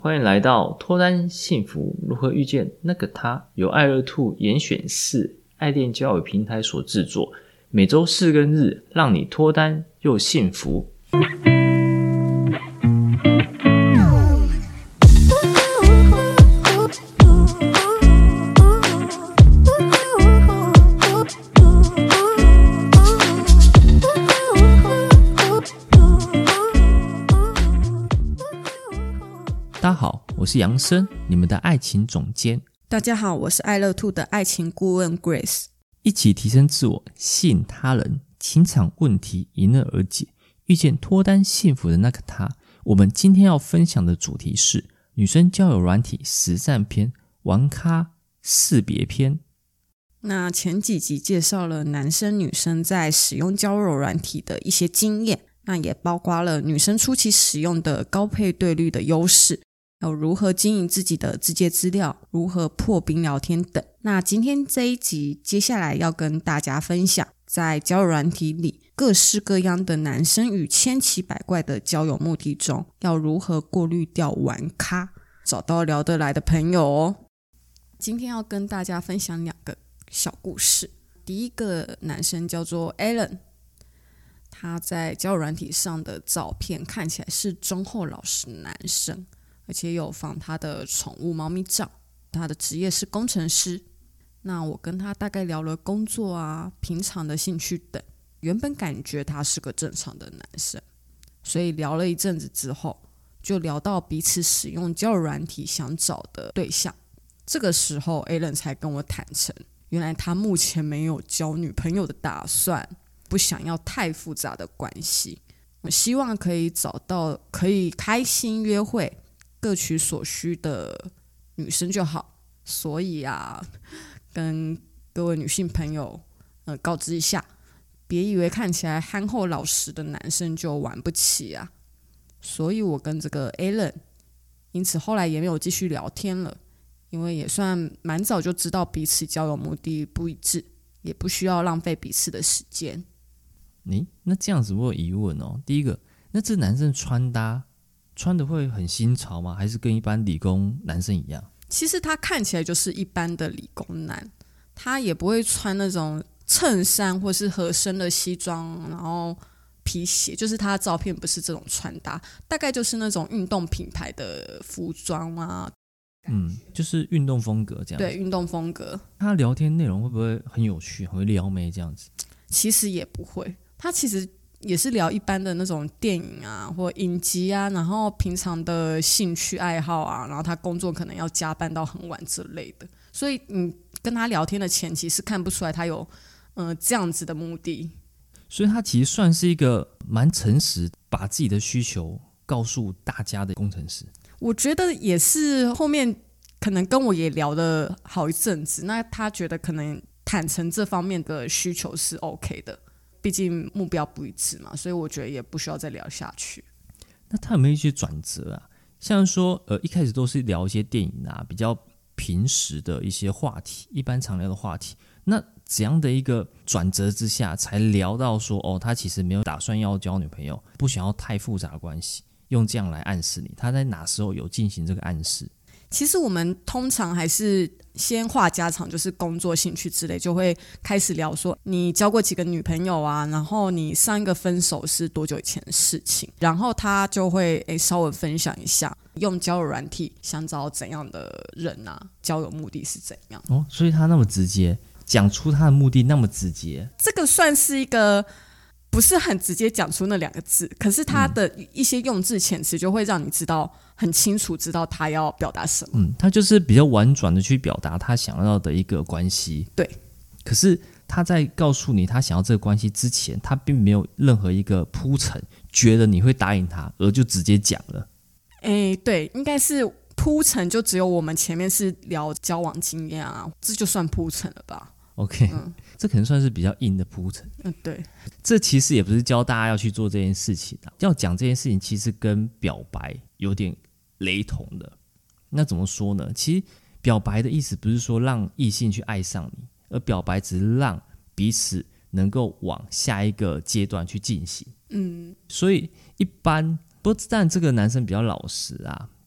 欢迎来到脱单幸福如何遇见那个他，由爱乐兔严选4爱恋交友平台所制作，每周4跟日让你脱单又幸福。大家好，我是杨生，你们的爱情总监。 大家好，我是爱乐兔的爱情顾问 Grace。 一起提升自我，吸引他人，情场问题迎刃而解，遇见脱单幸福的那个他。我们今天要分享的主题是女生交友软体实战篇，玩咖识别篇。 那前几集介绍了男生女生在使用交友软体的一些经验，那也包括了女生初期使用的高配对率的优势，还有如何经营自己的自介资料，如何破冰聊天等。那今天这一集接下来要跟大家分享，在交友软体里各式各样的男生与千奇百怪的交友目的中，要如何过滤掉玩咖，找到聊得来的朋友哦。今天要跟大家分享2个小故事。第一个男生叫做 Alan， 他在交友软体上的照片看起来是忠厚老实男生，而且有放他的宠物猫咪照，他的职业是工程师。那我跟他大概聊了工作啊、平常的兴趣等，原本感觉他是个正常的男生，所以聊了一阵子之后，就聊到彼此使用交友软体想找的对象。这个时候 Alan 才跟我坦诚，原来他目前没有交女朋友的打算，不想要太复杂的关系，我希望可以找到可以开心约会、各取所需的女生就好。所以啊，跟各位女性朋友告知一下，别以为看起来憨厚老实的男生就玩不起啊。所以我跟这个 Alan 因此后来也没有继续聊天了，因为也算蛮早就知道彼此交友目的不一致，也不需要浪费彼此的时间。 那这样子我有疑问哦。第一个，那这男生穿搭穿的会很新潮吗？还是跟一般理工男生一样？ 其实他看起来就是一般的理工男，他也不会穿那种衬衫或是合身的西装，然后皮鞋，就是他的照片不是这种穿搭，大概就是那种运动品牌的服装啊。 就是运动风格这样子。 对，运动风格。 他聊天内容会不会很有趣，很会撩妹这样子？ 其实也不会，他其实也是聊一般的那种电影啊或影集啊，然后平常的兴趣爱好啊，然后他工作可能要加班到很晚之类的，所以你跟他聊天的前期是看不出来他有这样子的目的。 所以他其实算是一个蛮诚实，把自己的需求告诉大家的工程师。 我觉得也是后面可能跟我也聊了好一阵子，那他觉得可能坦诚这方面的需求是 OK 的，毕竟目标不一致嘛，所以我觉得也不需要再聊下去。 那他有没有一些转折啊？像说一开始都是聊一些电影啊，比较平时的一些话题，一般常聊的话题，那怎样的一个转折之下才聊到说他其实没有打算要交女朋友，不想要太复杂的关系，用这样来暗示你？他在哪时候有进行这个暗示？ 其实我们通常还是先话家常，就是工作兴趣之类，就会开始聊说你交过几个女朋友啊，然后你上一个分手是多久以前的事情，然后他就会稍微分享一下用交友软体想找怎样的人啊，交友目的是怎样。 所以他那么直接讲出他的目的，那么直接， 这个算是一个不是很直接讲出那2个字，可是他的一些用字遣词就会让你知道很清楚知道他要表达什么。 他就是比较婉转的去表达他想要的一个关系。 对， 可是他在告诉你他想要这个关系之前，他并没有任何一个铺陈，觉得你会答应他，而就直接讲了。 对，应该是铺陈，就只有我们前面是聊交往经验啊，这就算铺陈了吧。 OK，这可能算是比较硬的铺陈。 对， 这其实也不是教大家要去做这件事情啊，要讲这件事情其实跟表白有点雷同的。那怎么说呢？其实表白的意思不是说让异性去爱上你，而表白只是让彼此能够往下一个阶段去进行。所以一般不但这个男生比较老实啊，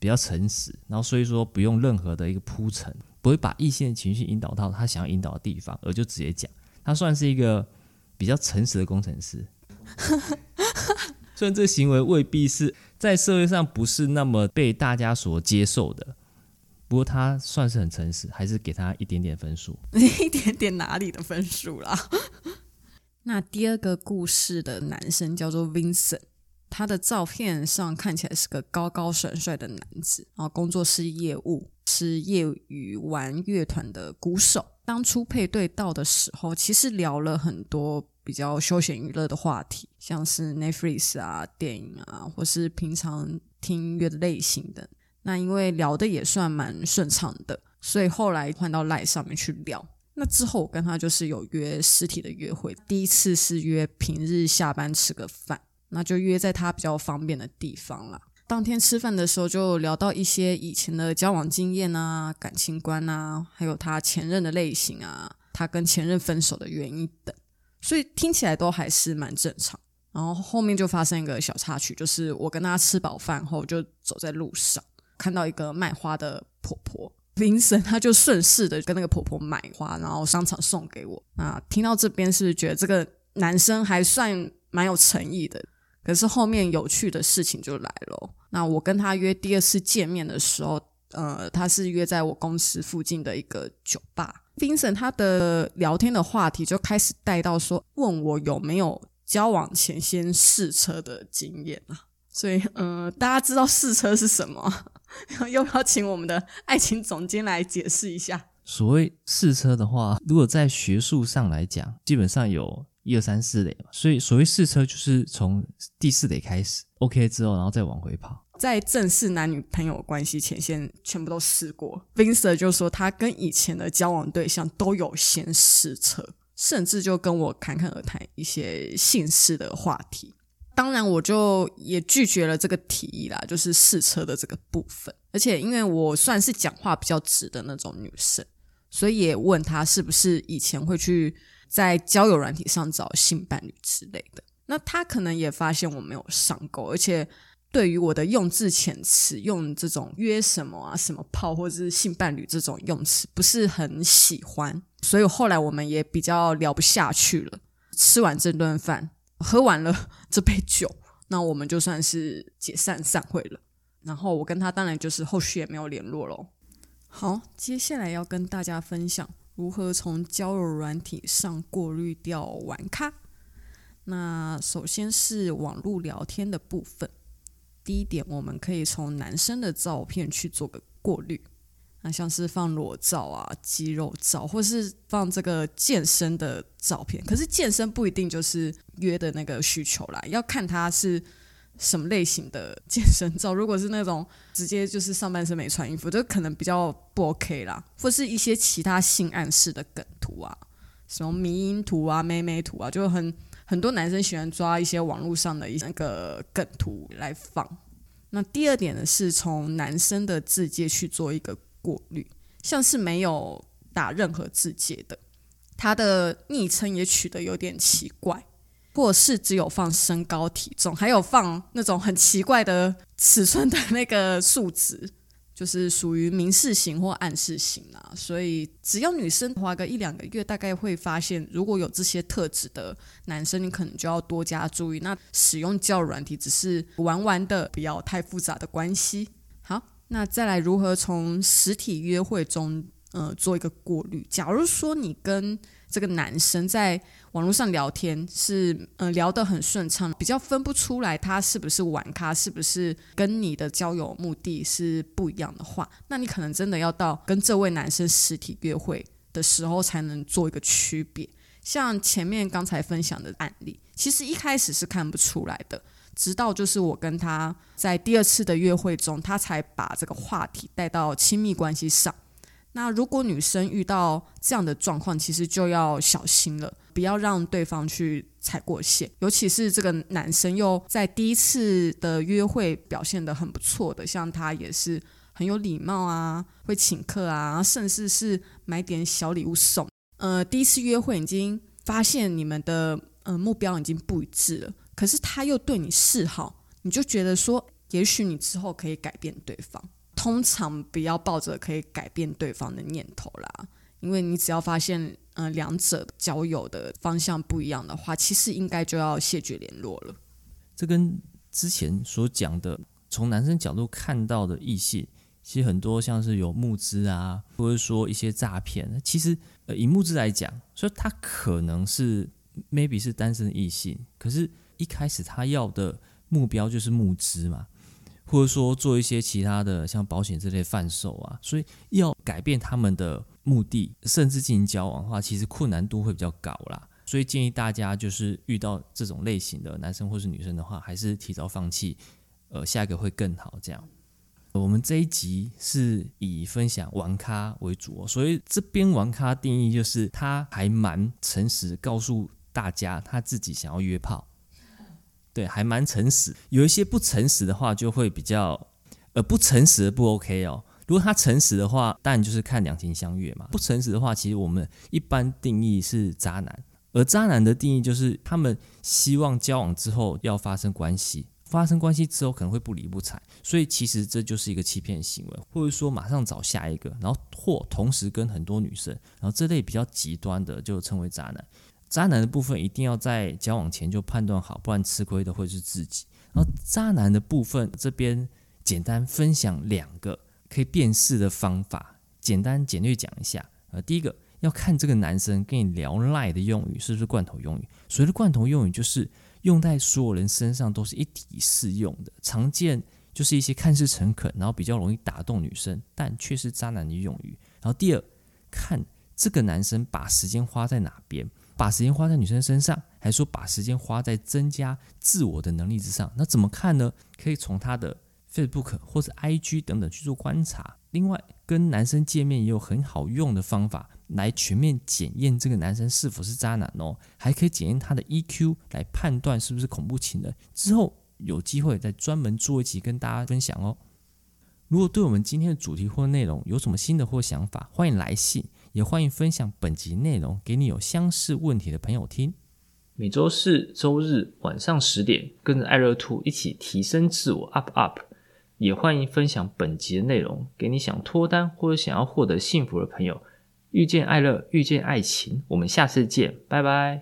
比较诚实，然后所以说不用任何的一个铺陈，不会把异性的情绪引导到他想要引导的地方，而就直接讲。他算是一个比较诚实的工程师。虽然这个行为未必是在社会上不是那么被大家所接受的，不过他算是很诚实，还是给他一点点分数。 一点点哪里的分数啦？那第二个故事的男生叫做 Vincent， 他的照片上看起来是个高高帅帅的男子，然后工作是业务，是业余玩乐团的鼓手。当初配对到的时候，其实聊了很多比较休闲娱乐的话题，像是 Netflix 啊、电影啊，或是平常听音乐的类型等。那因为聊的也算蛮顺畅的，所以后来换到 LINE 上面去聊。那之后我跟他就是有约实体的约会，第一次是约平日下班吃个饭，那就约在他比较方便的地方啦。当天吃饭的时候就聊到一些以前的交往经验啊、感情观啊，还有他前任的类型啊，他跟前任分手的原因等，所以听起来都还是蛮正常。然后后面就发生一个小插曲，就是我跟他吃饱饭后就走在路上，看到一个卖花的婆婆，Vincent他就顺势的跟那个婆婆买花，然后商场送给我。那听到这边是不是觉得这个男生还算蛮有诚意的？可是后面有趣的事情就来了。那我跟他约第二次见面的时候，他是约在我公司附近的一个酒吧。Vincent 他的聊天的话题就开始带到说，问我有没有交往前先试车的经验啊。所以大家知道试车是什么？要不要请我们的爱情总监来解释一下？ 所谓试车的话，如果在学术上来讲，基本上有1、2、3、4垒嘛，所以所谓试车就是从第4垒开始 OK 之后，然后再往回跑。 在正式男女朋友关系前先全部都试过。 Vincent 就说他跟以前的交往对象都有先试车，甚至就跟我侃侃而谈一些性事的话题。当然我就也拒绝了这个提议啦，就是试车的这个部分。而且因为我算是讲话比较直的那种女生，所以也问他是不是以前会去在交友软体上找性伴侣之类的。那他可能也发现我没有上钩，而且对于我的用字遣词用这种约什么啊、什么炮或者是性伴侣这种用词不是很喜欢，所以后来我们也比较聊不下去了。吃完这顿饭，喝完了这杯酒，那我们就算是解散散会了。然后我跟他当然就是后续也没有联络咯。好，接下来要跟大家分享如何从交友软体上过滤掉玩咖。那首先是网络聊天的部分。第一点，我们可以从男生的照片去做个过滤。那像是放裸照啊、肌肉照，或是放这个健身的照片。可是健身不一定就是约的那个需求啦，要看他是什么类型的健身照。如果是那种直接就是上半身没穿衣服，就可能比较不 OK 啦。或是一些其他性暗示的梗图啊，什么迷因图啊、妹妹图啊，就很多男生喜欢抓一些网络上的那个梗图来放。那第二点呢，是从男生的字界去做一个过滤，像是没有打任何字界的，他的昵称也取得有点奇怪，或者是只有放身高体重，还有放那种很奇怪的尺寸的那个数值，就是属于明示型或暗示型啊。所以只要女生花个1、2个月，大概会发现如果有这些特质的男生，你可能就要多加注意。那使用交友软体只是玩玩的，不要太复杂的关系。好，那再来如何从实体约会中做一个过滤。假如说你跟这个男生在网络上聊天是聊得很顺畅，比较分不出来他是不是玩咖，是不是跟你的交友目的是不一样的话，那你可能真的要到跟这位男生实体约会的时候才能做一个区别。像前面刚才分享的案例，其实一开始是看不出来的，直到就是我跟他在第2次的约会中，他才把这个话题带到亲密关系上。那如果女生遇到这样的状况，其实就要小心了，不要让对方去踩过线。尤其是这个男生又在第1次的约会表现得很不错的，像他也是很有礼貌啊，会请客啊，甚至是买点小礼物送。第1次约会已经发现你们的目标已经不一致了，可是他又对你示好，你就觉得说也许你之后可以改变对方。 通常不要抱着可以改变对方的念头啦，因为你只要发现两者交友的方向不一样的话，其实应该就要谢绝联络了。这跟之前所讲的从男生角度看到的异性，其实很多像是有募资啊，或者说一些诈骗，其实以募资来讲，所以他可能是 maybe 是单身的异性，可是一开始他要的目标就是募资嘛，或者说做一些其他的像保险这类贩售啊，所以要改变他们的目的，甚至进行交往的话，其实困难度会比较高啦。所以建议大家就是遇到这种类型的男生或是女生的话，还是提早放弃，下一个会更好这样。我们这一集是以分享玩咖为主所以这边玩咖定义就是他还蛮诚实，告诉大家他自己想要约炮，对，还蛮诚实。有一些不诚实的话就会比较不诚实的不 OK 哦。如果他诚实的话，当然就是看两情相悦嘛。不诚实的话，其实我们一般定义是渣男，而渣男的定义就是他们希望交往之后要发生关系，发生关系之后可能会不理不睬，所以其实这就是一个欺骗行为，或者说马上找下一个，然后或同时跟很多女生，然后这类比较极端的就称为渣男。渣男的部分一定要在交往前就判断好，不然吃亏的会是自己。然后渣男的部分这边简单分享2个可以辨识的方法，简略讲一下。第一个要看这个男生跟你聊赖的用语是不是罐头用语。所谓的罐头用语就是用在所有人身上都是一体适用的，常见就是一些看似诚恳，然后比较容易打动女生，但却是渣男的用语。然后第二，看这个男生把时间花在哪边，把时间花在女生身上，还是说把时间花在增加自我的能力之上。那怎么看呢？可以从他的 Facebook 或者 IG 等等去做观察。另外跟男生见面也有很好用的方法来全面检验这个男生是否是渣男还可以检验他的 EQ 来判断是不是恐怖情人。之后有机会再专门做一集跟大家分享如果对我们今天的主题或内容有什么新的或想法，欢迎来信，也欢迎分享本集内容给你有相似问题的朋友听。每周四、周日晚上10点，跟着爱乐兔一起提升自我 up。也欢迎分享本集的内容给你想脱单或者想要获得幸福的朋友。遇见爱乐，遇见爱情，我们下次见，拜拜。